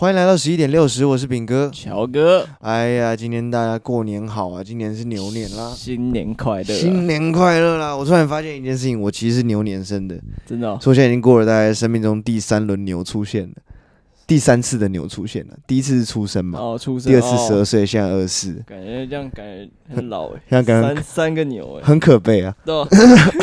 欢迎来到11:60，我是炳哥， 乔哥。 哎呀，今天大家过年好啊！今年是牛年啦， 新年快乐！ 新年快乐啦！我突然发现一件事情，我其实是牛年生的， 真的、哦。 所以我现在已经过了大概生命中第3轮牛出现了，第3次的牛出现了。第一次是出生嘛， 出生。 第二次12岁，现在24， 感觉这样感觉很老哎， 现在感觉三个牛哎， 很可悲啊。 对啊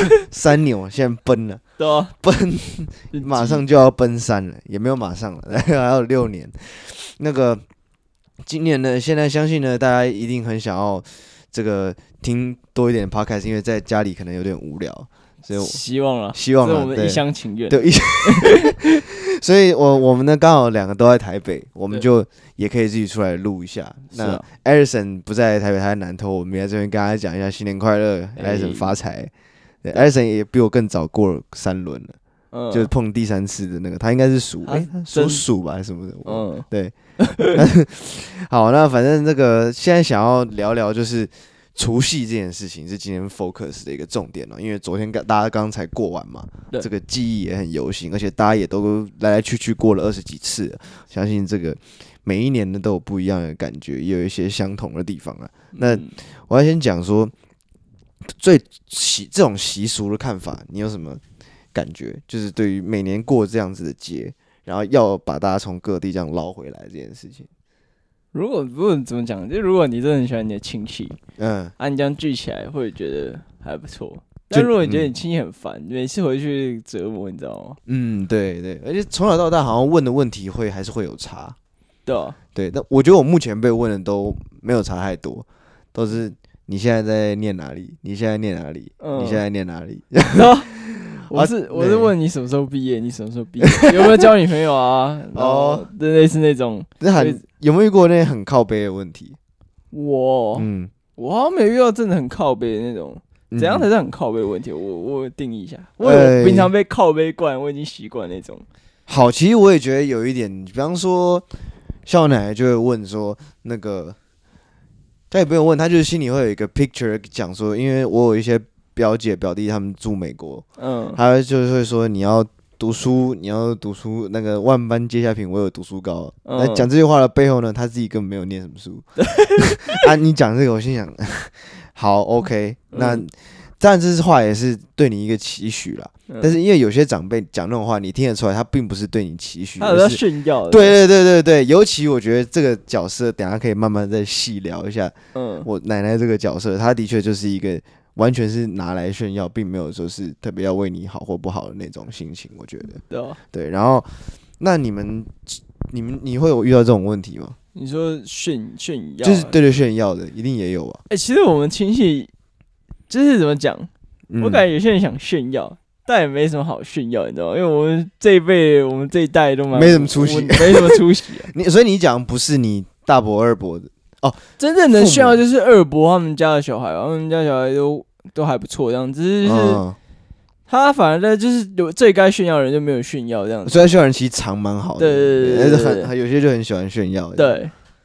3牛现在奔了， 对啊， 奔，马上就要奔3了，也没有马上了，还有6年。那个今年呢，现在相信呢，大家一定很想要这个听多一点 podcast， 因为在家里可能有点无聊，所以希望啦， 这是我们一厢情愿。 对，所以我们呢刚好2个都在台北，我们就也可以自己出来录一下。那 Edison 不在台北，他在南投，我们也在这边跟他讲一下新年快乐，Edison 发财。对 ，Edison 也比我更早过了3轮了。就是碰第3次的那个，他应该是属鼠吧，还是什么的？对。好，那反正这个现在想要聊聊就是除夕这件事情是今天 focus 的一个重点了，因为昨天大家刚才过完嘛，这个记忆也很犹新，而且大家也都来来去去过了20几次了，相信这个每一年呢都有不一样的感觉，也有一些相同的地方啊。那我要先讲说，这种习俗的看法，你有什么感觉？就是对于每年过这样子的节，然后要把大家从各地这样捞回来这件事情。 如果怎么讲，就如果你真的很喜欢你的亲戚，你这样聚起来会觉得还不错。但如果你觉得你亲戚很烦，每次回去折磨，你知道吗？ 对对，而且从小到大好像问的问题还是会有差。 对啊，对， 但我觉得我目前被问的都没有差太多，都是你现在在念哪里？你现在念哪里？你现在念哪里？ 我是问你什么时候毕业？你什么时候毕业？有没有交女朋友啊？类似那种。 有没有遇过那些很靠背的问题？ 我好像没有遇到真的很靠背的那种。怎样才是很靠背的问题？我定义一下。我平常被靠背惯，我已经习惯那种。 好，其实我也觉得有一点，比方说，像我奶奶就会问说，那个，她也不用问，她就是心里会有一个 picture 讲说，因为我有一些表姐表弟他们住美国，他就是会说你要读书，那个万般皆下品，唯有读书高。那讲这句话的背后呢，他自己根本没有念什么书。你讲这个，我心想，好 ，OK，那当然这话也是对你一个期许啦。但是因为有些长辈讲那种话，你听得出来，他并不是对你期许， 他有在炫耀。 对，尤其我觉得这个角色，等一下可以慢慢再细聊一下。我奶奶这个角色，她的确就是一个。完全是拿来炫耀，并没有说是特别要为你好或不好的那种心情，我觉得。对，然后那你会有遇到这种问题吗？ 你说炫耀， 就是对炫耀的，一定也有啊。 其实我们亲戚就是怎么讲，我感觉有些人想炫耀，但也没什么好炫耀，你知道吗？因为我们这一辈，我们这一代都没什么出息， 没什么出息。 所以你讲不是你大伯二伯的。 真正能炫耀就是二伯他们家的小孩，他们家小孩都还不错，这样子就是他反而在就是最该炫耀的人就没有炫耀这样子。 虽然炫耀人其实常蛮好的， 对， 但是有些就很喜欢炫耀。 对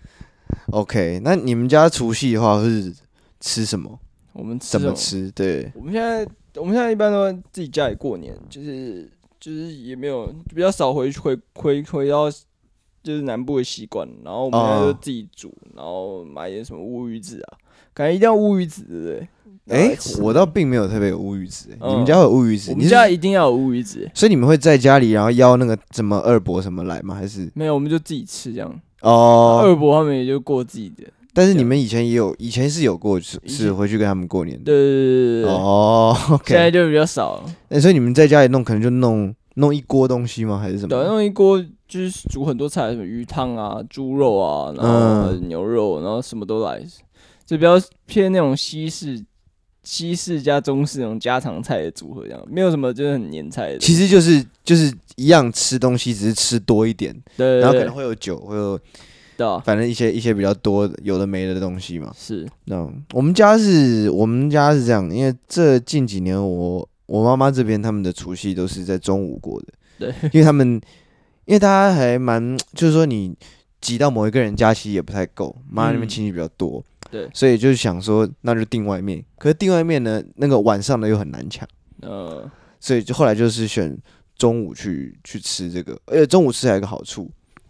，OK， 那你们家除夕的话是吃什么？ 我们怎么吃？对， 我们现在一般都在自己家里过年，就是也没有比较少回到。就是南部的习惯，然后我们现在就自己煮，然后买点什么乌鱼子啊，感觉一定要乌鱼子，对不对？ 我倒并没有特别有乌鱼子，你们家有乌鱼子？ 我们家一定要有乌鱼子， 所以你们会在家里然后邀那个什么二伯什么来吗？还是没有，我们就自己吃这样。二伯他们也就过自己的。 但是你们以前是有过是回去跟他们过年的。 对。 OK， 现在就比较少了。 所以你们在家里弄，可能就弄一锅东西吗？还是什么？ 对，弄一锅就是煮很多菜，什么鱼汤啊、猪肉啊，然后牛肉，然后什么都来，就比较偏那种西式加中式那种家常菜的组合，这样没有什么就是很年菜的。 其实就是一样吃东西，只是吃多一点， 对， 然后可能会有酒，会有。反正一些比较多有的没的东西嘛。 是， 那我们家是这样，因为这近几年我妈妈这边他们的除夕都是在中午过的。 对， 因为大家还蛮，就是说你挤到某一个人家其实也不太够，妈那边亲戚比较多， 对， 所以就是想说那就订外面。可是订外面呢，那个晚上的又很难抢，所以就后来就是选中午去吃这个，而且中午吃还有一个好处。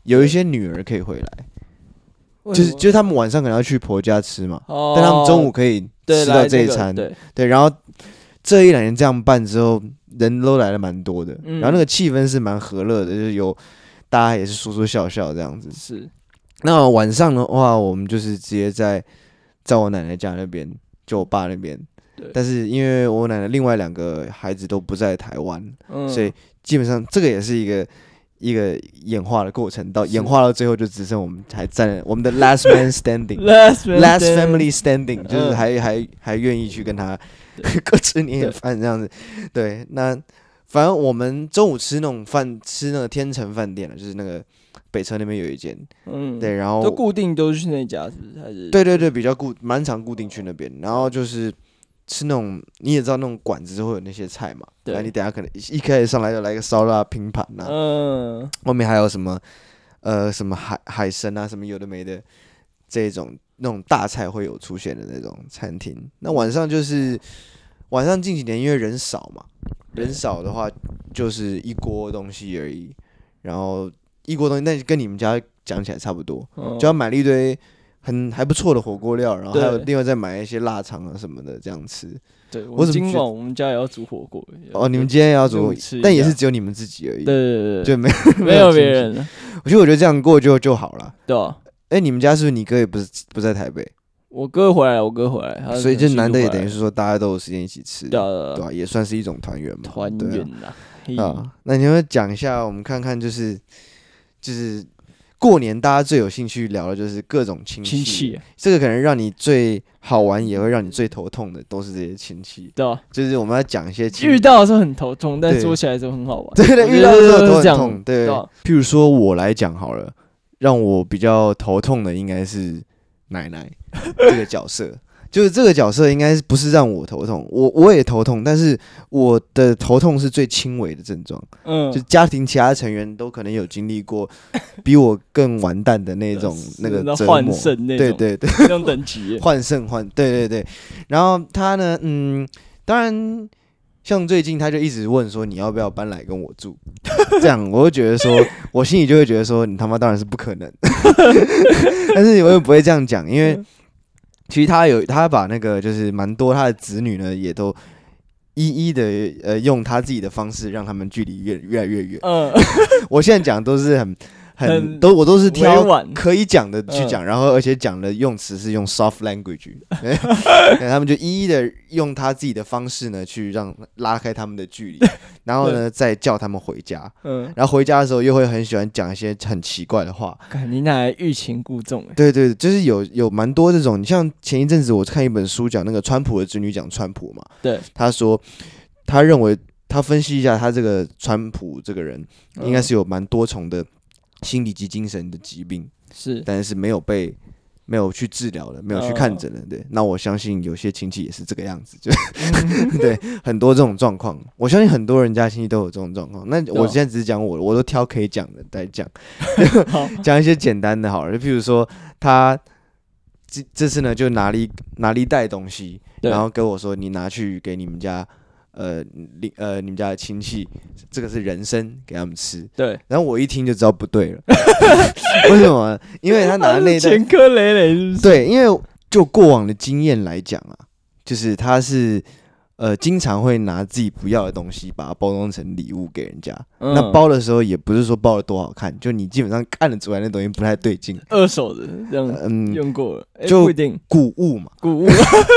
有一些女儿可以回来，就是他们晚上可能要去婆家吃嘛，但他们中午可以吃到这一餐，对，然后这1-2年这样办之后，人都来了蛮多的，然后那个气氛是蛮和乐的，就是有大家也是说说笑笑这样子。 是， 那晚上的话，我们就是直接在我奶奶家那边，就我爸那边。但是因为我奶奶另外2个孩子都不在台湾，所以基本上这个也是一个演化的过程，演化到最后就只剩我们还站我们的 last man standing，last family standing， 就是还愿意去跟他各吃年夜饭这样子。对，那反正我们中午吃那种饭，吃那个天成饭店就是那个北车那边有一间，对，然后都固定都是去那家，是不是？还是对，比较蛮常固定去那边，然后就是吃那种你也知道那种馆子会有那些菜嘛，对，你等一下可能一开始上来就来个烧腊拼盘呐，后面还有什么什么海参啊，什么有的没的这种那种大菜会有出现的那种餐厅。那晚上近几年因为人少嘛，人少的话就是一锅东西而已，然后一锅东西，那跟你们家讲起来差不多，就要买了一堆还不错的火锅料，然后还有另外再买一些腊肠啊什么的这样吃。 对，今晚我们家也要煮火锅。 哦，你们今天也要煮，但也是只有你们自己而已。 对， 就没有别人了。 我觉得这样过就好了。 对啊。 你们家是不是你哥也不在台北？ 我哥回来， 所以就难得也等于是说大家都有时间一起吃， 对吧？也算是一种团圆嘛。 团圆啦。那你要不要讲一下，我们看看就是过年大家最有兴趣聊的就是各种亲戚，这个可能让你最好玩，也会让你最头痛的，都是这些亲戚。 对啊， 就是我们要讲一些遇到的时候很头痛，但说起来的时候很好玩。 对，遇到的时候都很痛。对，譬如说我来讲好了，让我比较头痛的应该是奶奶这个角色。就是这个角色应该不是让我头痛，我也头痛，但是我的头痛是最轻微的症状。就家庭其他成员都可能有经历过比我更完蛋的那种那个折磨， 换肾那种，对，那种等级， 换肾对。然后他呢，当然像最近他就一直问说你要不要搬来跟我住，这样我会觉得说，我心里就会觉得说你他妈当然是不可能，但是我又不会这样讲，因为。其实他把那个就是蛮多他的子女呢，也都一一的用他自己的方式让他们距离越来越远。我现在讲都是我都是挑可以讲的去讲，然后而且讲的用词是用 soft language， 他们就一一的用他自己的方式呢去拉开他们的距离，然后呢再叫他们回家。然后回家的时候又会很喜欢讲一些很奇怪的话。 你哪来欲擒故纵？ 对，就是有蛮多这种。你像前一阵子我看一本书讲那个川普的侄女讲川普嘛， 对， 他说他认为他分析一下他这个川普这个人应该是有蛮多重的心理及精神的疾病，但是没有去治疗的，没有去看诊的。对，那我相信有些亲戚也是这个样子，就对，很多这种状况，我相信很多人家亲戚都有这种状况。那我现在只是讲我都挑可以讲的来讲，讲一些简单的好了，就譬如说他这次呢就拿了一袋东西，然后跟我说你拿去给你们家。你们家的亲戚，这个是人参，给他们吃。对，然后我一听就知道不对了。为什么？因为他拿的那一袋前科累累，是不是？ 对，因为就过往的经验来讲啊，就是他是经常会拿自己不要的东西，把它包装成礼物给人家。那包的时候也不是说包的多好看，就你基本上看得出来那东西不太对劲。 二手的这样，用过了， 就不一定古物嘛， 古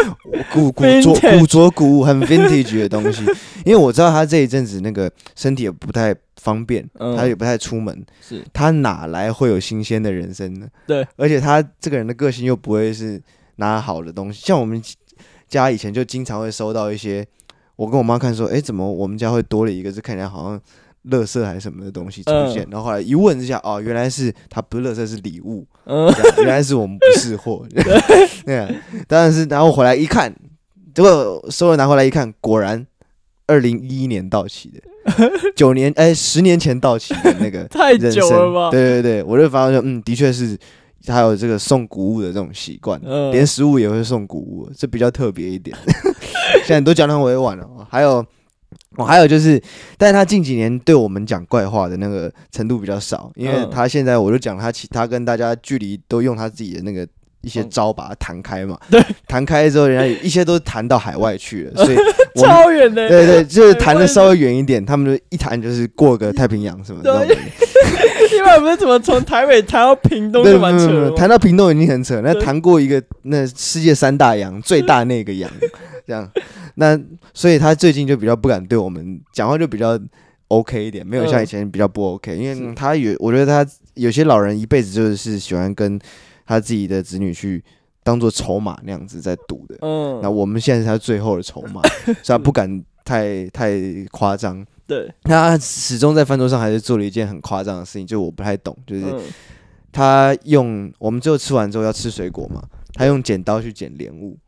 着古物，很 vintage 的东西。因为我知道他这一阵子那个身体也不太方便，他也不太出门，他哪来会有新鲜的人参呢？对，而且他这个人的个性又不会是拿好的东西，像我们家以前就经常会收到一些，我跟我妈看说，怎么我们家会多了一个，是看起来好像垃圾还是什么的东西出现，然后后来一问之下，哦，原来是它不是垃圾，是礼物，原来是我们不识货，对，当然是，然后回来一看，结果收了拿回来一看，果然2011年到期的，10年前到期的那个太久了吧？ 对，我就发现的确是。还有这个送谷物的这种习惯，连食物也会送谷物，这比较特别一点。现在都讲得很委婉了。还有还有就是，但是他近几年对我们讲怪话的那个程度比较少，因为他现在我就讲他跟大家距离都用他自己的那个一些招把它弹开嘛， 对， 弹开之后，人家一些都弹到海外去了，所以超远的， 对对，就是弹的稍微远一点，他们就一弹就是过个太平洋什么的。 一般不是怎么从台北弹到屏东就蛮扯的， 弹到屏东已经很扯，那弹过一个那世界3大洋最大那个洋，这样，那所以他最近就比较不敢对我们讲话，就比较 OK 一点，没有像以前比较不 OK，因为我觉得他有些老人一辈子就是喜欢跟他自己的子女去当做筹码那样子在赌的，那我们现在是他最后的筹码，所以他不敢太夸张。 对， 他始终在饭桌上还是做了一件很夸张的事情，就我不太懂，就是他用我们最后吃完之后要吃水果嘛，他用剪刀去剪莲雾。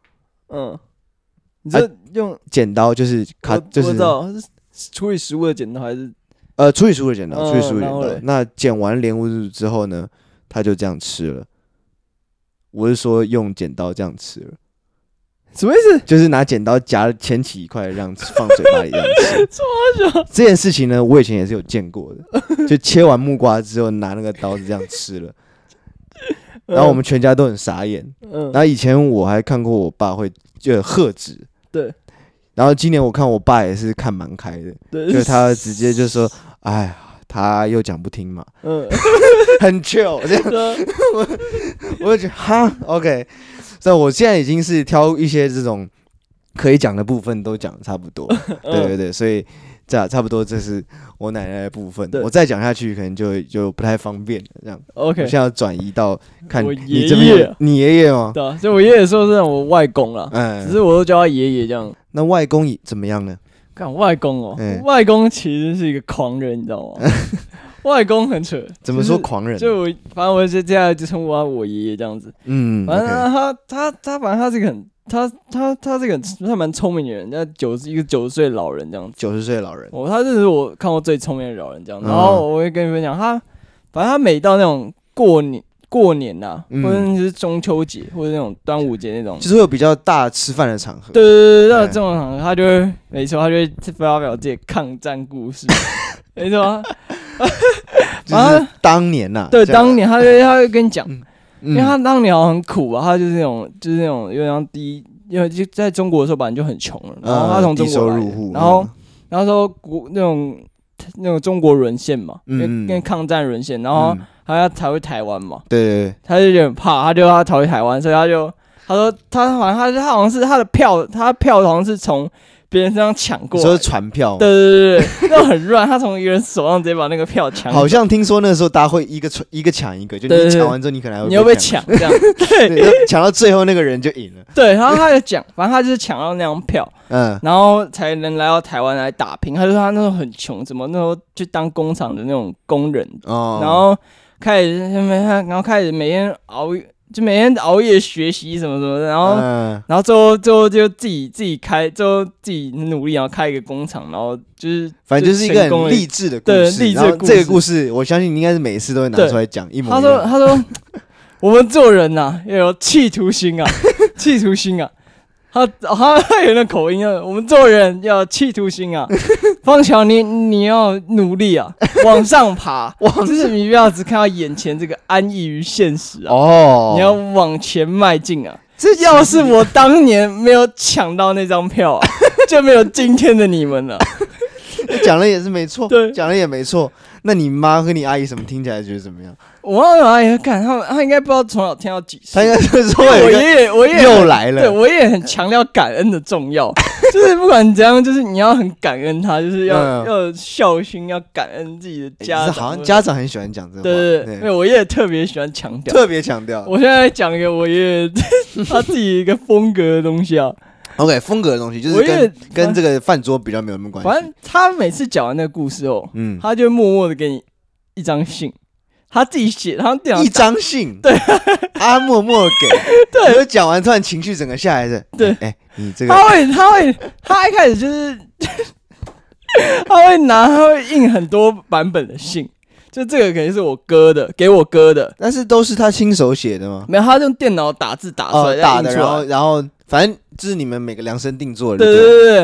你这用剪刀就是就是我知道是处理食物的剪刀还是处理食物的剪刀，处理食物的剪刀。那剪完莲雾之后呢，他就这样吃了。我是说用剪刀这样吃了。 什么意思？ 就是拿剪刀牵起一块，让放嘴巴里这样吃。这件事情呢，我以前也是有见过的，就切完木瓜之后拿那个刀子这样吃了，然后我们全家都很傻眼。然后以前我还看过我爸会就喝止， 对。 然后今年我看我爸也是看蛮开的，就他直接就说：“哎，他又讲不听嘛。”很 chill 这样。我就觉得哈 OK。所以我现在已经是挑一些这种可以讲的部分都讲的差不多，对对对，所以差不多这是我奶奶的部分，我再讲下去可能就不太方便了，这样。 OK， 我现在要转移到看我你这边，你爷爷吗？ 对啊，所以我爷爷说是我外公啦，只是我都叫他爷爷这样。 那外公怎么样呢？ 看外公哦，外公其实是一个狂人，你知道吗？外公很扯， 怎么说狂人？ 就反正我接下来就称呼他我爷爷这样子。反正他反正他是一个很他是个他蛮聪明的人，一个90岁的老人这样子。 90岁的老人， 他这是我看过最聪明的老人这样。然后我会跟你分享，反正他每到那种过年呐，或者是中秋节或者那种端午节那种， 就是会有比较大吃饭的场合。 对对对，那这种场合他就会没错，他就会发表自己的抗战故事。没错。 就是当年呐， 对，当年他会跟你讲，因为他当年好像很苦啊，他就是那种有点像因为就在中国的时候本来就很穷了，然后他从中国来，然后说那种中国沦陷嘛，跟抗战沦陷，然后他逃回台湾嘛， 对， 他就有点怕，他就要逃回台湾，所以他说他好像是他的票好像是从别人身上抢过来， 说是传票， 对，那种很乱，他从一个人手上直接把那个票抢。 好像听说那时候大家会一个抢一个，就你抢完之后，你可能还会被抢，这样， 对，抢到最后那个人就赢了。 对，然后他就讲，反正他就是抢到那张票，然后才能来到台湾来打拼。他说他那时候很穷，怎么那时候去当工厂的那种工人，然后开始每天熬夜学习什么什么的，然后最后就自己开，最后自己努力，然后开一个工厂，然后就是反正就是一个很励志的故事。 对，励志的故事。 这个故事，我相信你应该是每一次都会拿出来讲一模一样。他说，我们做人呐要有企图心啊，企图心啊。他有那口音啊，我们做人要有企图心啊。方乔，你要努力啊，往上爬，就是你不要只看到眼前这个安逸于现实啊，你要往前迈进啊。要是我当年没有抢到那张票啊，就没有今天的你们了。 讲了也是没错， 对， 讲了也没错。那你妈和你阿姨什么听起来觉得怎么样？ 我妈妈也看他应该不知道从小听到几岁。 他应该是说我爷爷又来了。 对，我也很强调感恩的重要，就是不管怎样，就是你要很感恩他，就是要有孝心，要感恩自己的家长。 好像家长很喜欢讲这个话。 对，因为我爷爷特别喜欢强调， 特别强调。 我现在讲一个我爷爷他自己一个风格的东西啊。 OK， 风格的东西就是跟这个饭桌比较没有什么关系。 反正他每次讲完那个故事后，他就默默的给你一张信，他自己写，然后电脑一张信， 对， 他默默的给，对，讲完突然情绪整个下来的， 对， 你这个， 他一开始就是他会印很多版本的信。就这个肯定是我哥的，给我哥的， 但是都是他亲手写的吗？ 没有，他用电脑打字打出来， 打的，然后反正就是你们每个量身定做的。 对，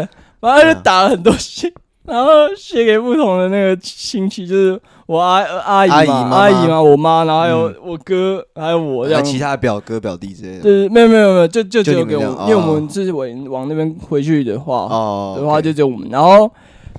反正就打了很多信，然后写给不同的那个亲戚，就是我阿姨嘛，我妈，然后还有我哥，还有我这样， 其他的表哥表弟之类的。 对，没有，就只有给我们，因为我们是往那边回去的话，就只有我们，然后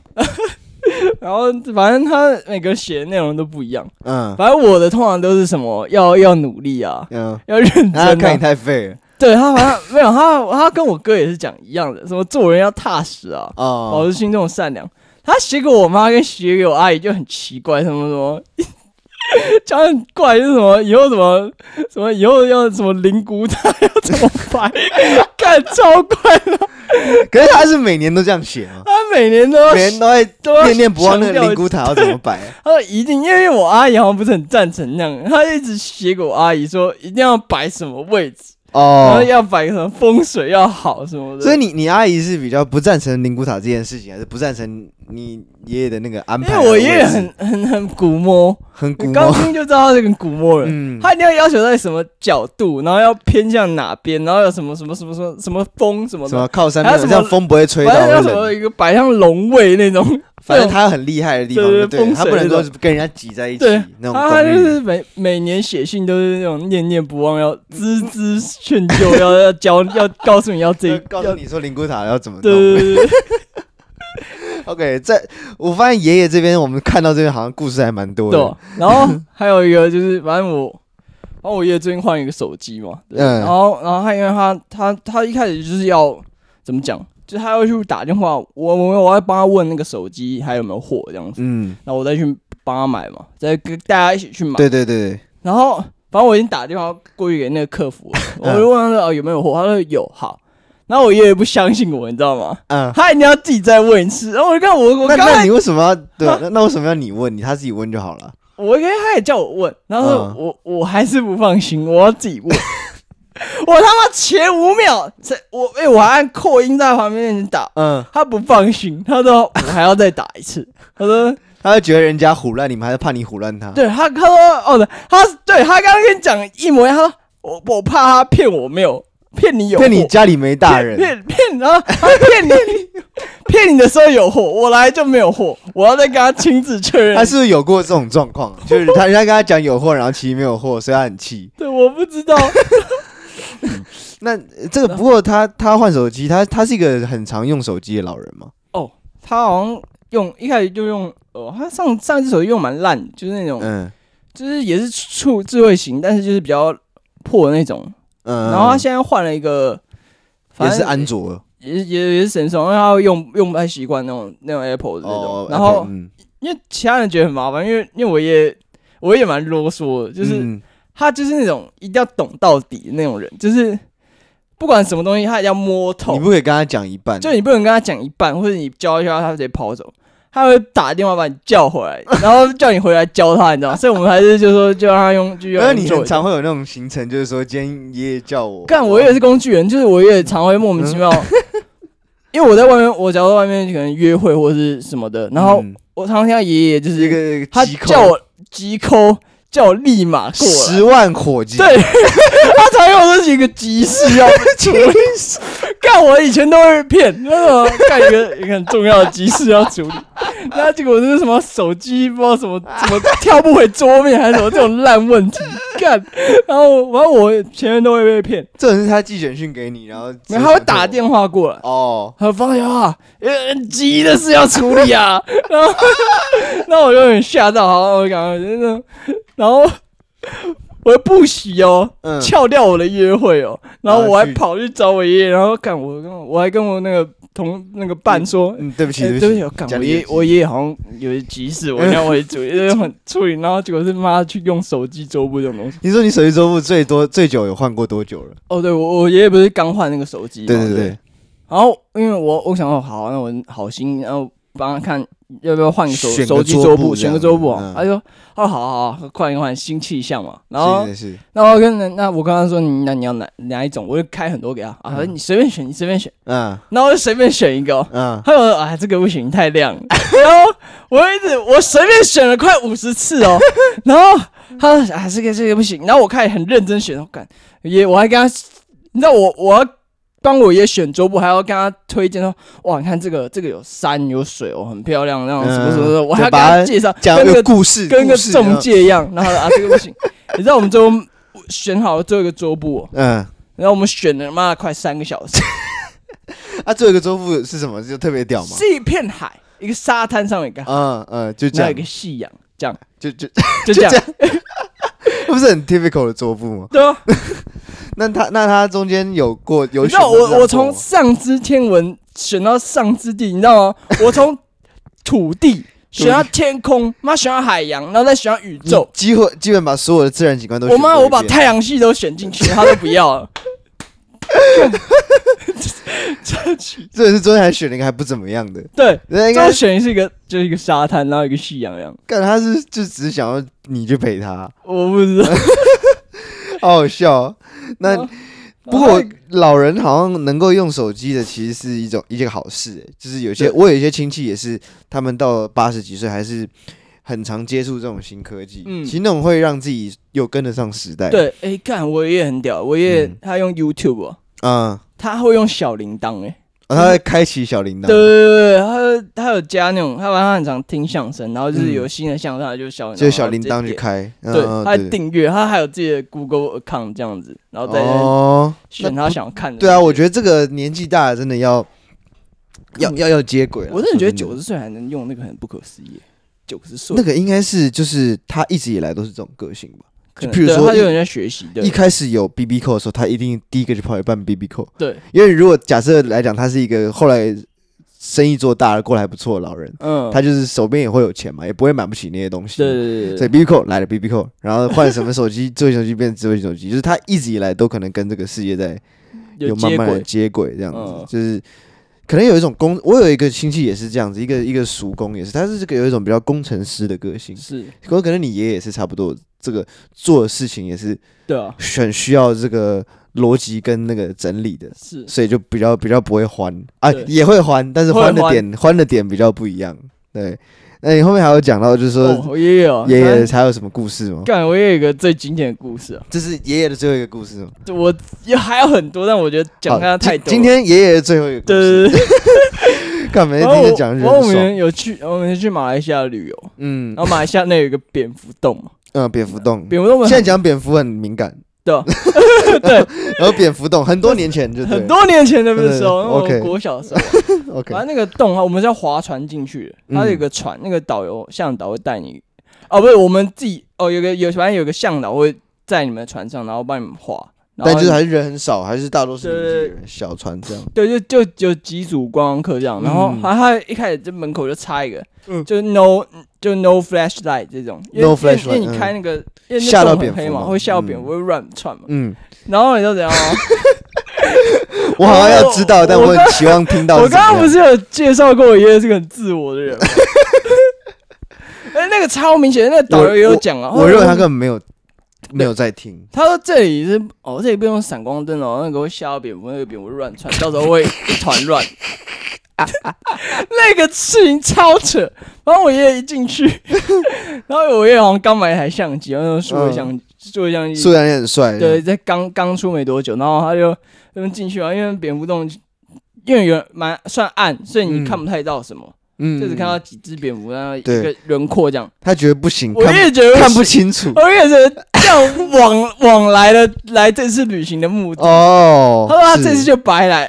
反正他每个写的内容都不一样，反正我的通常都是什么要努力啊，要认真啊， 看你太废了。 对他好像没有他跟我哥也是讲一样的，什么做人要踏实啊，保持心中善良。他写给我妈跟写给我阿姨就很奇怪，什么讲很怪，就是什么以后以后要什么灵骨塔要怎么摆，看超怪的。 可是他是每年都这样写吗？ 他每年都在念念不忘那个灵骨塔要怎么摆。 他说一定，因为我阿姨好像不是很赞成那样，他一直写给我阿姨说一定要摆什么位置。然后要摆什么风水要好什么的， 所以你阿姨是比较不赞成灵骨塔这件事情，还是不赞成你爷爷的那个安排？ 因为我爷爷很古摸，刚听就知道他是个古摸人，他一定要求在什么角度，然后要偏向哪边，然后有什么风什么的， 什么靠山边，这样风不会吹到人。 反正什么一个摆像龙位那种。 反正他很厉害的地方，对，他不能说跟人家挤在一起那种。 他就是每年写信都是那种念念不忘，要孜孜劝救，要告诉你要告诉你说灵骨塔要怎么弄。 对。 OK， 我发现爷爷这边我们看到这边好像故事还蛮多的。 对，然后还有一个就是，反正我爷爷最近换一个手机嘛，然后他因为他一开始就是要怎么讲？就是他要去打电话，我要帮他问那个手机还有没有货这样子，然后我再去帮他买嘛，再跟大家一起去买。 对。 然后反正我已经打电话过去给那个客服了，我就问他说有没有货，他说有，好。然后我爷爷不相信我，你知道吗？他一定要自己再问一次。然后我就看我刚才， 那你为什么要对？那为什么要你问？他自己问就好了。 我因为他也叫我问，然后我还是不放心，我要自己问。我他妈前5秒，我还按扩音在旁边打，他不放心，他说我还要再打一次，他说他会觉得人家唬烂你们，还是怕你唬烂他？ 对他说他刚刚跟你讲一模一样，他说我怕他骗我没有骗你有货， 骗你家里没大人， 然后他骗你的时候有货，我来就没有货，我要再跟他亲自确认。 他是不是有过这种状况？就是人家跟他讲有货，然后其实没有货，所以他很气。 对，我不知道。 那这个不过他换手机，他是一个很常用手机的老人吗？ 他好像一开始就用他上一只手机用蛮烂，就是那种就是也是智慧型，但是就是比较破的那种。然后他现在换了一个， 也是安卓， 也是神送，因为他用不太习惯那种 Apple 的那种。然后因为其他人觉得很麻烦，因为我也蛮啰嗦的，就是他就是那种一定要懂到底的那种人，就是不管什么东西他一定要摸透。 你不可以跟他讲一半， 就你不能跟他讲一半，或者你教一下他直接跑走。他会打电话把你叫回来，然后叫你回来教他，你知道吗？所以我们还是就说就让他用。 那你很常会有那种行程，就是说今天爷爷叫我。 干，我也是工具人，就是我也常会莫名其妙，因为我在外面，我假如在外面可能约会或者是什么的，然后我常常听到爷爷就是一个他叫我急扣。叫我立马过来 10万火急， 对，他常有这几个急事要处理。干，我以前都会骗，那种干一个很重要的急事要处理，那结果是什么手机不知道什么跳不回桌面还是什么这种烂问题，干，然后我前面都会被骗。 这种是他寄简讯给你，然后他会打电话过来，他说方小啊，急的事要处理啊，然后我就有点吓到，好，我赶快真的。然后我不喜撬掉我的约会然后我还跑去找我爷爷，然后我还跟我那个伴说， 对不起， 我爷爷好像有急事，我要回处理，然后结果是妈去用手机桌布这种东西。 你说你手机桌布最久有换过多久了？ 对，我爷爷不是刚换那个手机， 对。 然后因为我想说好，那我好心，然后帮他看要不要换个手机桌布，选个桌布他说好，换新气象嘛。然后那我跟他说那你要哪一种，我就开很多给他你随便选，然后我就随便选一个他说这个不行，太亮了。然后我随便选了快50次然后他说这个不行，然后我开始很认真选，我还跟他，你知道我帮我爷选桌布，还要跟他推荐说，哇，你看这个有山有水哦，很漂亮，那种什么什么的，我还要跟他介绍， 讲跟那个故事， 跟个中介一样。然后这个不行，你知道我们最后选好了最后一个桌布，然后我们选了妈的快3个小时。 最后一个桌布是什么？就特别屌吗？ 是一片海，一个沙滩上面一个海， 就这样， 有一个夕阳，这样就这样， 不是很 typical 的桌布吗？ 对啊。 那他中间有你知道我从上知天文选到上知地，你知道吗？我从土地选到天空，妈选到海洋，然后再选到宇宙， 基本把所有的自然景观都选。 我把太阳系都选进去，他都不要了。 这是中间还选了一个还不怎么样的， 对，最后选是就是一个沙滩，然后一个夕阳一样。 干他就只是想要你去陪他， 我不知道， 好好笑。那不过老人好像能够用手机的，其实是一件好事，就是我有一些亲戚也是，他们到80几岁还是很常接触这种新科技，其实那种会让自己又跟得上时代。 对，干我爷爷很屌，我爷爷他用 YouTube 他会用小铃铛他会开启小铃铛。 对，他有加那种，他很常听相声，然后就是有新的相声，他就小铃铛去开。 对，他订阅，他还有自己的 Google account 这样子，然后再选他想要看的。 对啊，我觉得这个年纪大了真的要接轨。 我真的觉得90岁还能用那个很不可思议。90岁那个应该是就是他一直以来都是这种个性吧。就譬如说， 他有人在学习。一开始有 BB Call 的时候，他一定第一个就跑去办 BB Call。 对， 因为如果假设来讲，他是一个后来生意做大了，过得还不错的老人，他就是手边也会有钱嘛，也不会买不起那些东西。 对， 所以 BB Call 来了 BB Call， 然后换什么手机，智慧手机变成智慧手机，就是他一直以来都可能跟这个世界在有慢慢的接轨，这样子，就是可能有一种我有一个亲戚也是这样子，一个叔公也是，他是这个有一种比较工程师的个性， 是， 可能你爷爷也是差不多。这个做的事情也是， 对啊， 很需要这个逻辑跟那个整理的， 是， 所以就比较不会欢也会欢，但是欢的点比较不一样。对，那你后面还有讲到，就是说， 我爷爷还有什么故事吗？ 干，我也有一个最经典的故事这是爷爷的最后一个故事吗？ 我还有很多，但我觉得讲他太多。 今天爷爷的最后一个故事，对，干每天听着讲， 我们去马来西亚旅游，然后马来西亚那有一个蝙蝠洞嘛。 蝙蝠洞现在讲蝙蝠很敏感， 对对，然后蝙蝠洞很多年前很多年前的时候，我国小的时候，反正那个洞我们是要划船进去的，它有个船，那个向导会带你，不是我们自己反正有个向导会在你们的船上，然后帮你们划。 但就是还是人很少，还是大多数人小船这样。 对，就几组观光客这样，然后他一开始就门口就插一个，就 no flashlight 这种 ，no flashlight， 因为你开那个吓到蝙蝠嘛，会吓到蝙蝠，会乱窜嘛。然后你就怎样？ 我好像要知道，但我很希望听到。 我刚刚不是有介绍过我爷爷是个很自我的人吗？那个超明显，那个导游也有讲啊。 我认为他根本没有在听。 他说这里是这里不用闪光灯那个会吓到蝙蝠，那个蝙蝠乱窜，到时候会一团乱。那个事情超扯。然后我爷爷一进去，然后我爷爷好像刚买一台相机，然后数位相机， 素颜也很帅。 对，在刚出没多久，然后他就进去啊，因为蝙蝠洞因为算暗，所以你看不太到什么。就只看到几只蝙蝠，然后一个轮廓这样。 他觉得不行， 我也觉得看不清楚。 我也觉得这样往来这次旅行的目的。他说他这次就白来。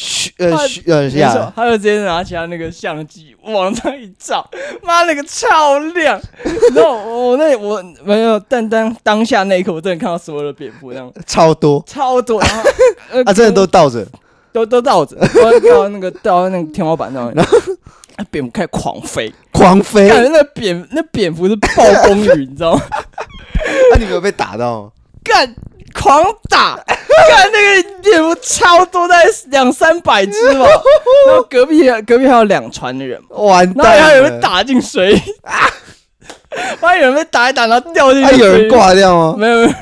他就直接拿起他那个相机往上一照，妈那个超亮。然后我没有，但当下那一刻我真的看到所有的蝙蝠这样，超多。然后真的都倒着。 都倒着，到那个天花板上，然后蝙蝠开始狂飞，感觉那蝙蝠是暴风雨，你知道吗？ 那你没有被打到吗？ 干狂打，干那个蝙蝠超多，大概200-300只吧。然后隔壁还有2船的人， 完蛋了， 然后还有人打进水里啊！发现有人被打一打，然后掉进去。 有人挂掉吗？ 没有。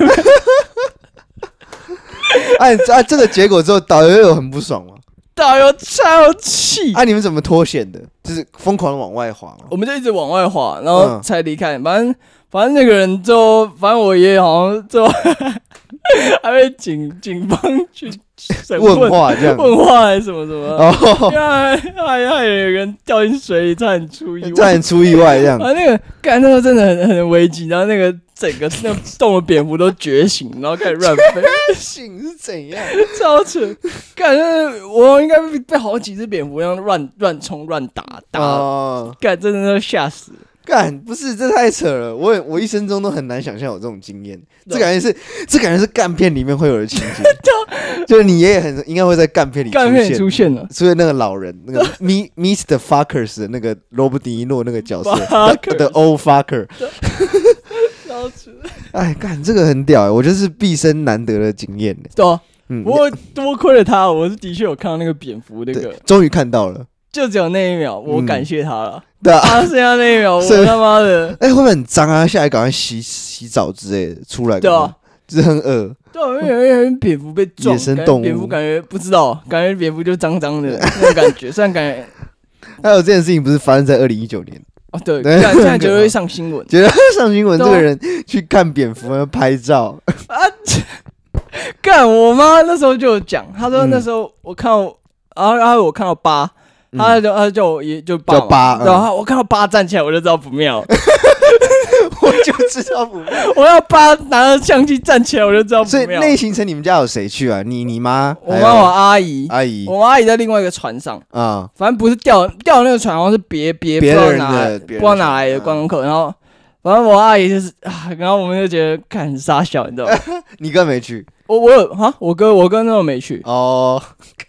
这个结果之后，导游有很不爽吗？ 导游超气！ 你们怎么脱险的？就是疯狂的往外滑吗？ 我们就一直往外滑，然后才离开。反正那个人反正我爷爷好像还被警方去审问话这样， 问话还是什么什么， 哦， 因为还有人掉进水里，差点出意外， 差点出意外这样。 啊，那个真的很危急，然后那个整个那动的蝙蝠都觉醒，然后开始乱飞， 醒是怎样？ 超扯！干，我应该被好几只蝙蝠一样乱冲乱打，干，真的都吓死了。 干，不是，这太扯了！我一生中都很难想象有这种经验。这感觉是干片里面会有的情节，就是你爷爷应该会在干片里出现了， 所以那个老人那个 Mr. Fuckers 的那个罗伯·迪尼诺那个角色的 Old Fucker， 哎，干这个很屌哎，我觉得是毕生难得的经验。 对啊，我多亏了他，我是的确有看到那个蝙蝠那个， 终于看到了。 就只有那一秒，我感谢他了。 对啊， 剩下那一秒，我他妈的， 会不会很脏啊？下来赶快洗澡之类的，出来。对啊，就是很恶。 对啊，因为蝙蝠被撞， 野生动物， 蝙蝠感觉不知道，感觉蝙蝠就脏脏的那种感觉，虽然感觉。 还有这件事情不是发生在2019年哦，对，现在就会上新闻， 觉得上新闻，这个人去看蝙蝠拍照啊，干我妈那时候就有讲，她说那时候我看到，然后我看到8。他叫我爷就爸，然后我看到8站起来，我就知道不妙， 我就知道不妙。 我要8拿着相机站起来，我就知道不妙。 所以那行程你们家有谁去啊？你妈？ 我妈、我阿姨，我阿姨在另外一个船上啊， 反正不是掉那个船，好像是别不知道哪来的观光客，然后反正我阿姨就是然后我们就觉得看很傻小，你知道吗？ 你哥没去？ 我有我哥那时候没去哦。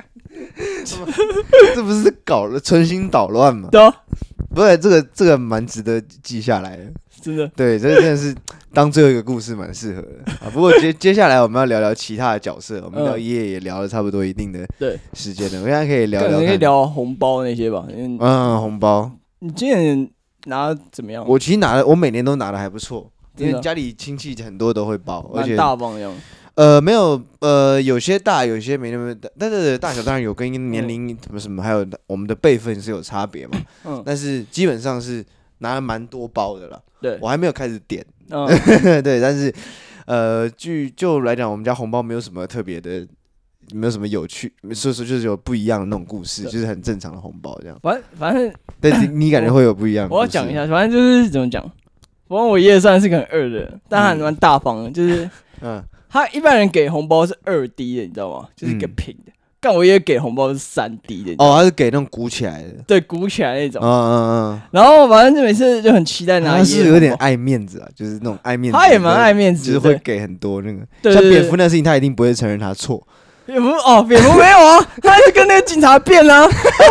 这不是搞了存心捣乱吗？ 对啊， 不是这个蛮值得记下来的， 真的。 对，这真的是当最后一个故事蛮适合的啊。不过接下来我们要聊聊其他的角色，我们聊爷爷也聊了差不多一定的时间了，我现在可以聊红包那些吧。 红包， 你今年拿怎么样？ 我其实我每年都拿的还不错，因为家里亲戚很多都会包，而且大方的样子。 没有，有些大，有些没那么大，但是大小当然有跟年龄什么，还有我们的辈分是有差别嘛。但是基本上是拿了蛮多包的啦。 对， 我还没有开始点。对，但是就来讲，我们家红包没有什么特别的，没有什么有趣，所以说就是有不一样的那种故事，就是很正常的红包这样。 反正， 对，你感觉会有不一样的故事。 我要讲一下，反正就是怎么讲，反正我爷爷算是个很二的人，但他还蛮大方的，就是他一般人给红包是2D 的，你知道吗？就是一个平的。但我爷爷给红包是3D 的。 他是给那种鼓起来的。 对，鼓起来那种。然后反正就每次就很期待拿爷爷。 他是有点爱面子啊，就是那种爱面子。 他也蛮爱面子， 就是会给很多那个。像蝙蝠那事情，他一定不会承认他错。 蝙蝠没有啊，他一直跟那个警察辩啊。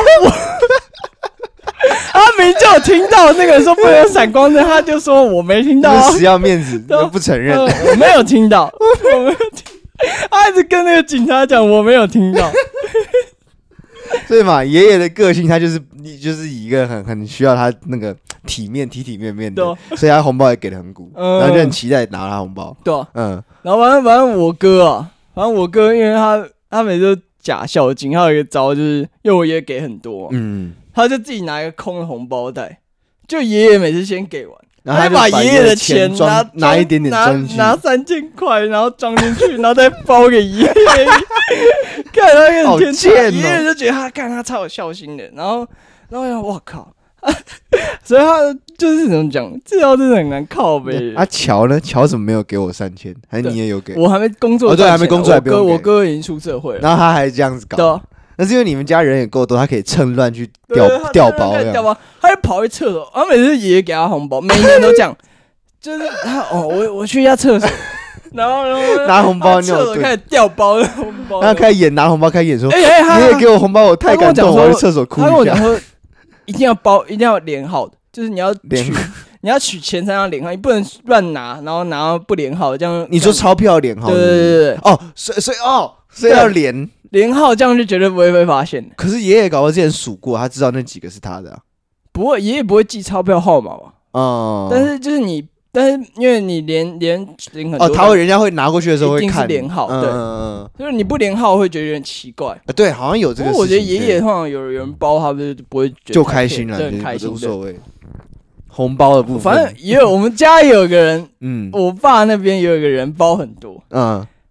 他明明就有听到那个人说不能有闪光灯，他就说我没听到啊， 死要面子都不承认。 我没有听到，我没有听，他一直跟那个警察讲我没有听到。 所以嘛，爷爷的个性他就是以一个很需要他那个体面的，所以他红包也给的很鼓，然后就很期待拿他红包。 对，然后反正我哥因为他每次都假孝敬，他有一个招就是因为我爷爷给很多，他就自己拿一个空的红包袋，就爷爷每次先给完，然后他就把爷爷的钱拿一点点装进去， 拿3000块，然后装进去，然后再包给爷爷。看他很天真，爷爷就觉得他超有孝心的，然后我想哇靠，所以他就是怎么讲，这招真的很难靠呗。 乔呢？乔怎么没有给我3000？还是你也有给？ 我还没工作， 对，还没工作， 我哥已经出社会了， 然后他还这样子搞。那是因为你们家人也够多，他可以趁乱去调包， 他就跑去厕所，然后每次爷爷给他红包，每年都这样，就是他我去一下厕所，然后拿红包， 厕所开始调包的红包， 然后开始演拿红包，开始演说，爷爷给我红包，我太感动，我去厕所哭一下。 他跟我讲说，一定要包，一定要连号的，就是你要取前3张连号，你不能乱拿，然后拿不连号，这样。 你说钞票连号？ 对。 所以要连号，这样就绝对不会被发现。 可是爷爷搞不好之前数过，他知道那几个是他的。 不会，爷爷不会记钞票号码嘛。但是因为你连很多， 人家会拿过去的时候会看， 一定是连号，对，就是你不连号会觉得有点奇怪。 对，好像有这个事情。 我觉得爷爷通常有人包，他们就不会觉得就开心了， 很开心， 无所谓。红包的部分， 反正也有我们家也有个人，我爸那边也有一个人包很多，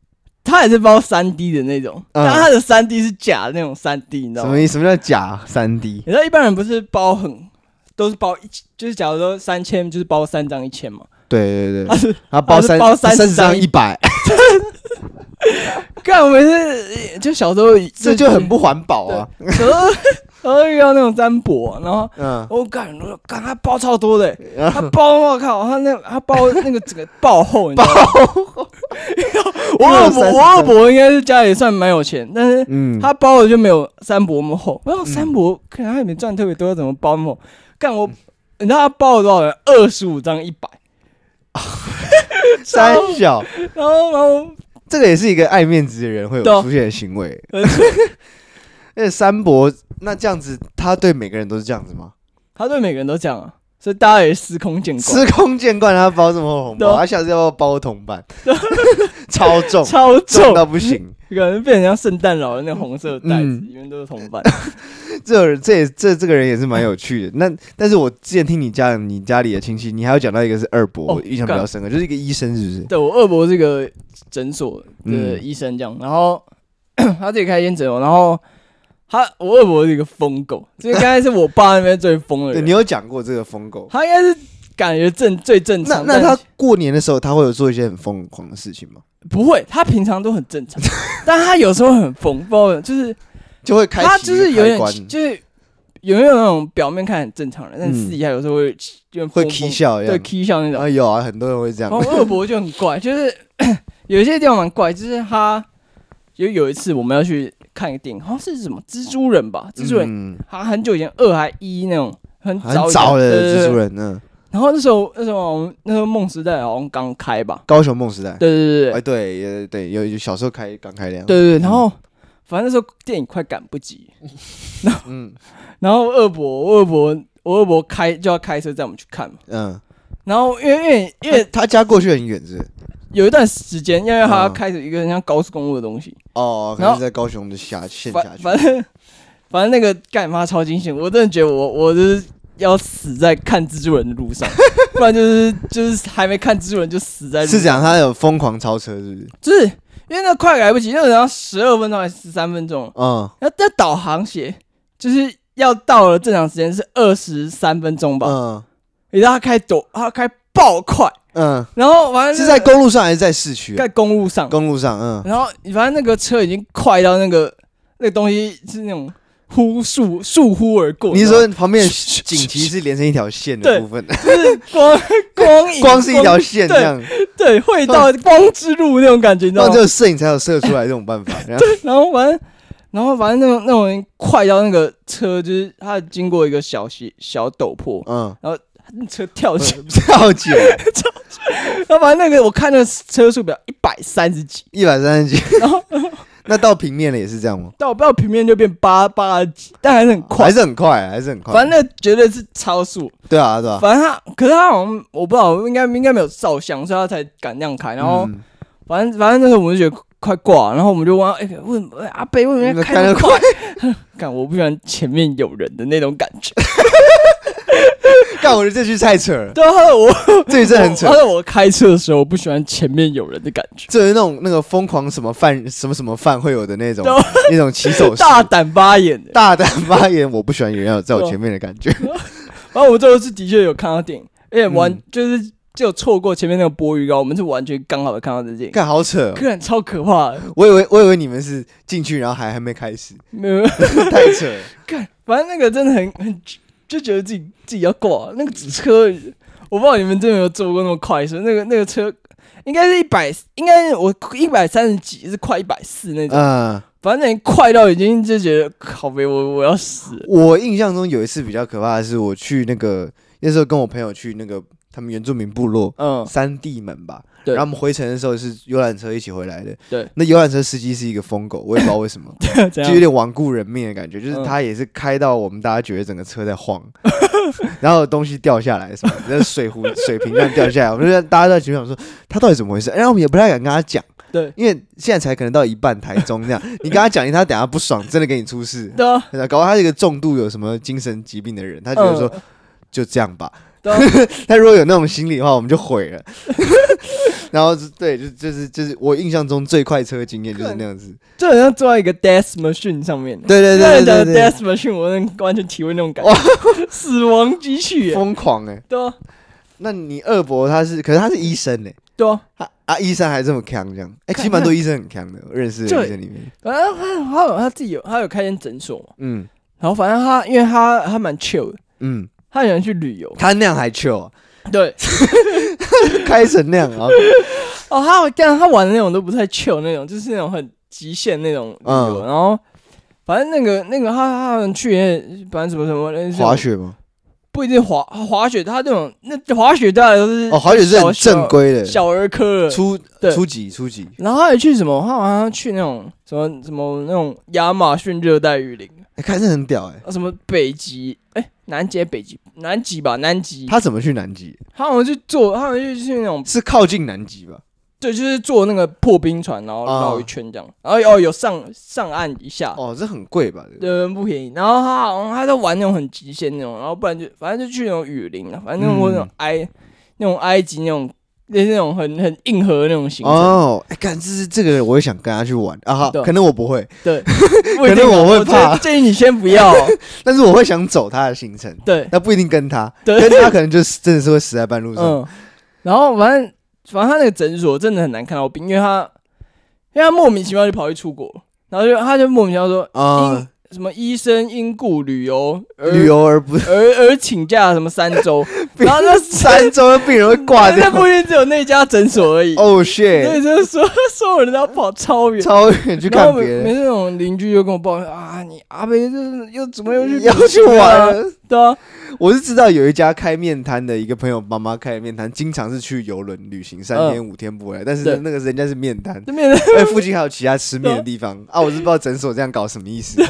它也是包3D 的那种，但它的3D 是假的那种3D，你知道吗？ 什么意思？什么叫假3D？ 你知道一般人不是包都是包就是假如说3000就是包3张1000嘛。 对，他包30张100。 干，我每次就小时候这就很不环保啊。 小时候遇到那种占卜，然后我干他包超多的，他包我靠，他包那个整个爆厚，你知道吗？我二伯应该是家里算蛮有钱，但是他包的就没有三伯那么厚。然后三伯可能他也没赚特别多，怎么包那么厚？干你知道他包了多少人？25张100。 三小， 然后这个也是一个爱面子的人会有出现的行为。而且三伯那这样子，他对每个人都是这样子吗？ 他对每个人都这样啊，所以大家也司空见惯。 司空见惯他包这么厚红包，他下次要不要包铜板？超重到不行， 可能变成像圣诞老人那红色的袋子，里面都是铜板。 这个人也是蛮有趣的。但是我之前听你家里的亲戚，你还有讲到一个是二伯，我印象比较深刻，就是一个医生，是不是？ 对，我二伯是一个诊所的医生，这样，然后他自己开一间诊所，然后我二伯是一个疯狗，这应该是我爸那边最疯的人。 你有讲过这个疯狗， 他应该是感觉最正常。 那他过年的时候，他会有做一些很疯狂的事情吗？ 不会，他平常都很正常，但他有时候很疯，不知道就会开启， 他就是有点就是有没有那种表面看很正常的，但私底下有时候会起笑， 对，起笑那种。 有啊，很多人会这样。 然后二伯就很怪，就是有一些地方蛮怪，就是他有一次我们要去看一个电影，好像是什么蜘蛛人吧，蜘蛛人，他很久以前2还1那种很早的蜘蛛人， 然后那时候梦时代好像刚开吧， 高雄梦时代， 对， 有小时候刚开亮， 对，然后反正那时候电影快赶不及，然后我二伯就要开车载我们去看嘛，然后因为他家过去很远，是有一段时间，因为他要开着一个很像高速公路的东西， 可能在高雄的线下去， 反正那个干妈超惊险，我真的觉得我就是要死在看蜘蛛人的路上，不然就是还没看蜘蛛人就死在路上。 是讲他有疯狂超车，是不是？ 就是因为那快来不及，那要12分钟还是13分钟？要导航写，就是要到了正常时间是23分钟吧？你知道他开爆快，然后反正是在公路上还是在市区？ 在公路上，然后反正那个车已经快到那个东西是那种疏忽而过。 你说旁边警旗是连成一条线的部分， 就是光是一条线这样， 对，会到光之路那种感觉，你知道吗？ 只有摄影才有射出来这种办法。 对，然后反正那种快到那个车，就是它经过一个小陡坡，然后车跳起来，然后反正那个我看那个车速表130几，然后那到平面了也是这样吗？ 到平面就变80几，但还是很快， 还是很快。 反正那绝对是超速。 对啊。 反正可是他好像我不知道，应该没有照相，所以他才敢那样开。然后反正那时候我们就觉得快挂，然后我们就问阿北为什么要开那么快？干，我不喜欢前面有人的那种感觉。 干，我觉得这句太扯了。 对啊， 这句真的很扯。 他说我开车的时候，我不喜欢前面有人的感觉。 这是那个疯狂什么饭会有的那种起手式， 大胆发言， 我不喜欢有人在我前面的感觉。 然后我们最后是的确有看到电影，而且就错过前面那个播预告，我们是完全刚好的看到这电影。 看好扯， 看超可怕的。 我以为你们是进去然后还没开始， 没有， 太扯了。 看，反正那个真的很。就觉得自己要挂那个车，我不知道你们真的有坐过那么快车，那个车应该是应该我130几是快140那种，反正快到已经就觉得靠北，我要死了。 我印象中有一次比较可怕的是，我去那时候跟我朋友去他们原住民部落，三地门吧。然后我们回程的时候是游览车一起回来的。 对， 那游览车司机是一个疯狗，我也不知道为什么，就有点罔顾人命的感觉。就是他也是开到我们大家觉得整个车在晃，然后东西掉下来什么，那水瓶这样掉下来，我们就大家在群里想说他到底怎么回事。然后我们也不太敢跟他讲， 对， 因为现在才可能到一半台中这样，你跟他讲，他等下不爽，真的给你出事。 对啊， 搞到他是一个重度有什么精神疾病的人，他觉得说就这样吧。 对啊， 他如果有那种心理的话，我们就毁了。然后对，就是我印象中最快车经验就是那样子， 就好像坐在一个 death machine 上面。 对对对对对 death machine 我能完全体会那种感觉，死亡机器， 疯狂哎。 对啊， 那你二伯可是他是医生哎， 对啊， 医生还这么强这样，其实蛮多医生很强的，我认识的医生里面， 反正他自己有开间诊所嘛，然后反正因为他蛮 chill 的，他喜欢去旅游， 他那样还 chill 啊， 对， 开成那样啊。 他玩的那种都不太 chill 那种，就是那种很极限那种旅游。然后反正那个他好像去反正什么滑雪吗？ 不一定滑雪，他那滑雪大概都是滑雪是很正规的小儿科的初级。 然后他还去什么？他好像去那种什么那种亚马逊热带雨林， 看着很屌什么北极南极北极南极吧，南极。 他怎么去南极？ 他好像去那种是靠近南极吧？ 对，就是坐那个破冰船，然后绕一圈这样，然后有上岸一下。 这很贵吧？ 对，不便宜。然后他在玩那种很极限那种，然后不然反正就去那种雨林啊，反正那种埃及那种很硬核的那种行程。 干这个我也想跟他去玩啊，可能我不会， 对， 可能我会怕， 建议你先不要。 但是我会想走他的行程， 对， 那不一定跟他， 跟他可能就真的是会死在半路上。 然后反正他那个诊所真的很难看到病，因为他莫名其妙就跑去出国，然后他就莫名其妙说什么医生因故旅游而请假什么3周，然后那 3周的病人会挂掉， 那不一定只有那家诊所而已。 shit！ 所以就是说所有人都要跑超远去看别人。 每次那种邻居就跟我抱怨你阿伯又怎么要去玩了？对啊， 我是知道有一家开面摊的一个朋友妈妈开的面摊，经常是去邮轮旅行3天5天不回来，但是那个人家是面摊，附近还有其他吃面的地方我是不知道诊所这样搞什么意思。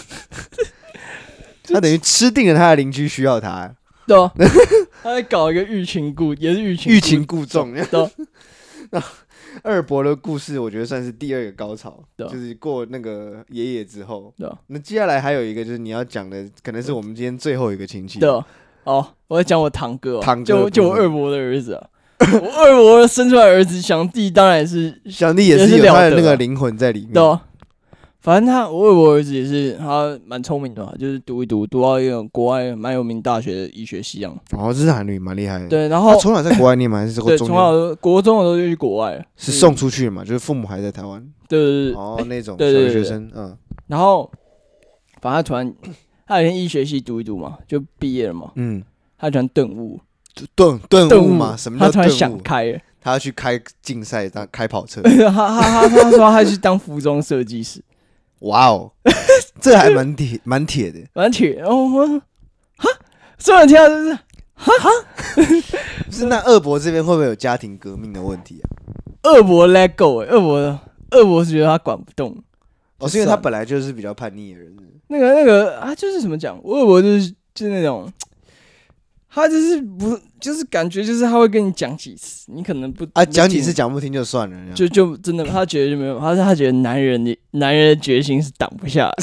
他等于吃定了他的邻居需要他， 对啊，他在搞一个欲擒故纵。那二伯的故事，我觉得算是第2个高潮，就是过那个爷爷之后。那接下来还有一个就是你要讲的，可能是我们今天最后一个亲戚。 我在讲我堂哥，就我二伯的儿子啊。我二伯生出来的儿子，想必当然是想必也是有他的那个灵魂在里面。 对，反正我二伯儿子也是，他蛮聪明的嘛，就是读到一个国外蛮有名大学的医学系这样。 这是韩女蛮厉害的。 对，然后他从小在国外念吗？还是这个对，从小国中的时候就去国外了， 是送出去的嘛？就是父母还在台湾。 对， 那种小学生， 然后反正他突然他有天医学系读嘛，就毕业了嘛。他突然顿悟嘛？什么叫顿悟？他突然想开了， 他要去开竞赛，开跑车。 他说他去当服装设计师。 哇哦，这还蛮铁的， 蛮铁。然后我说所有人听到就是是那二伯这边会不会有家庭革命的问题啊？ 二伯 let go， 二伯是觉得他管不动。 是因为他本来就是比较叛逆的人。 那个就是怎么讲？我二伯就是那种。他就是就是感觉就是他会跟你讲几次，你可能不讲几次讲不听就算了， 就真的他觉得就没有，他觉得男人的决心是挡不下的。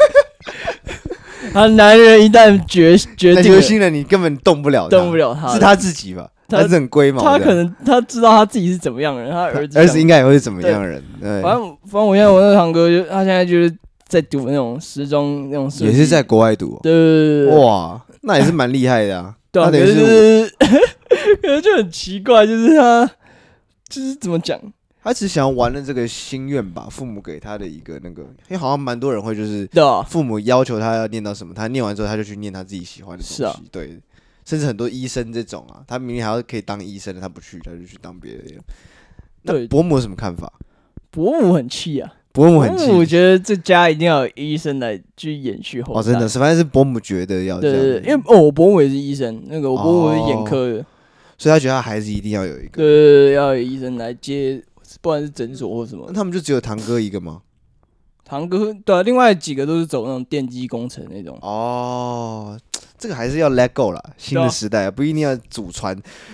他男人一旦决定心了，你根本动不了他，是他自己吧？他是很龟毛的， 他可能他知道他自己是怎么样的人，他儿子应该也会是怎么样的人。 反正我现在我那堂哥他现在就是在读那种时装那种设计， 也是在国外读。 对， 哇，那也是蛮厉害的啊。 对啊，可是就很奇怪，就是他就是怎么讲， 他只想要完了这个心愿吧，父母给他的一个那个，因为好像蛮多人会就是父母要求他要念到什么，他念完之后他就去念他自己喜欢的东西，对，甚至很多医生这种他明明还要可以当医生的，他不去，他就去当别的。那伯母有什么看法？ 伯母很气啊。 伯母很气， 我觉得这家一定要有医生来去延续后代。 真的是，反正是伯母觉得要这样。 对，因为我伯母也是医生，那个我伯母是眼科的， 所以他觉得他孩子一定要有一个。 对，要有医生来接，不管是诊所或什么。 那他们就只有堂哥一个吗？ 堂哥对，另外几个都是走那种电机工程那种。 这个还是要 let go 啦，新的时代不一定要祖传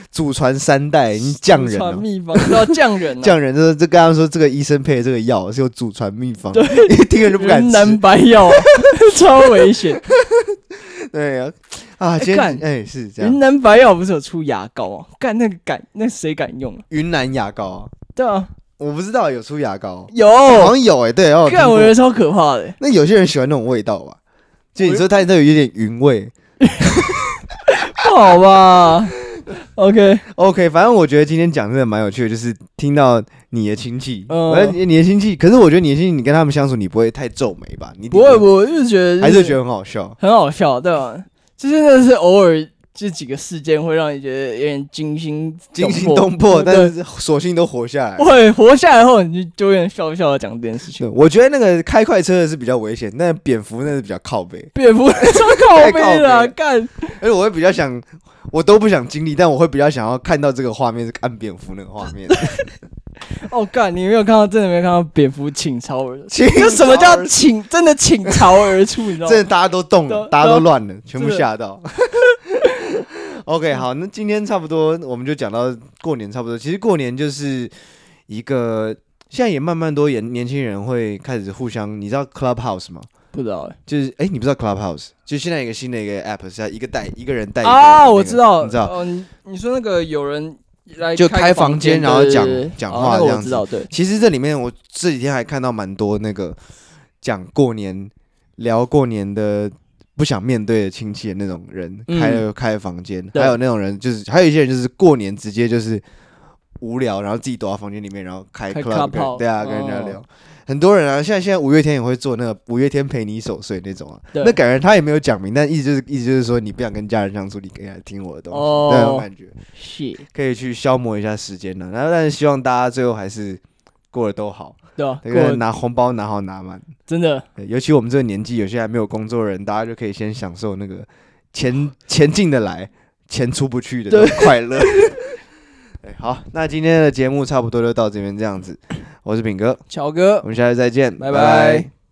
3代，你匠人、 祖传秘方都要匠人、啊， 匠人这刚刚说这个医生配的这个药是有祖传秘方， 对， 听人就不敢吃。 云南白药、超危险。 对啊，今天是这样。 云南白药不是有出牙膏啊？干那谁敢用啊？ 云南牙膏啊？ 对啊， 我不知道有出牙膏， 有， 好像有对哦。 干我觉得超可怕的。 那有些人喜欢那种味道吧？就你说它有点云味。 不好吧 ？OK， 反正我觉得今天讲真的蛮有趣的，就是听到你的亲戚，你的亲戚，可是我觉得你的亲戚，你跟他们相处，你不会太皱眉吧？你不会，我就觉得还是觉得很好笑， 很好笑，对吧？就是那是偶尔这几个事件会让你觉得有点惊心动魄， 但是索性都活下来。 会活下来后，你就有点笑笑的讲这件事情。 我觉得那个开快车的是比较危险，但蝙蝠那是比较靠北。 蝙蝠超靠北啦，干！ 而且我会比较想，我都不想经历，但我会比较想要看到这个画面，是看蝙蝠那个画面。 哦，干！你真的没有看到蝙蝠倾巢而出？这什么叫真的倾巢而出？你知道吗？ 真的大家都动了，大家都乱了，全部吓到。OK， 好，那今天差不多我们就讲到过年差不多。其实过年就是一个，现在也慢慢多年轻人会开始互相，你知道 Clubhouse 吗？ 不知道就是你不知道 Clubhouse？就现在一个新的一个 App 是一个人带啊，我知道， 你知道？ 哦，你说那个有人来就开房间，然后讲话这样子。 我知道，对。 其实这里面我这几天还看到蛮多那个讲过年、聊过年的。不想面对的亲戚的那种人，开房间，还有那种人就是，还有一些人就是过年直接就是无聊，然后自己躲到房间里面，然后开 club， 对啊，跟人家聊。很多人啊，现在五月天也会做那个五月天陪你守岁那种啊，那感觉他也没有讲明，但意思就是说你不想跟家人相处，你可以来听我的东西，那种感觉， 是可以去消磨一下时间的。然后，但是希望大家最后还是过得都好。 对啊， 拿红包拿好拿满， 真的。 尤其我们这个年纪，有些还没有工作的人，大家就可以先享受那个钱进得来，钱出不去的那种快乐。好，那今天的节目差不多就到这边这样子。我是品哥， 乔哥， 我们下次再见， 拜拜。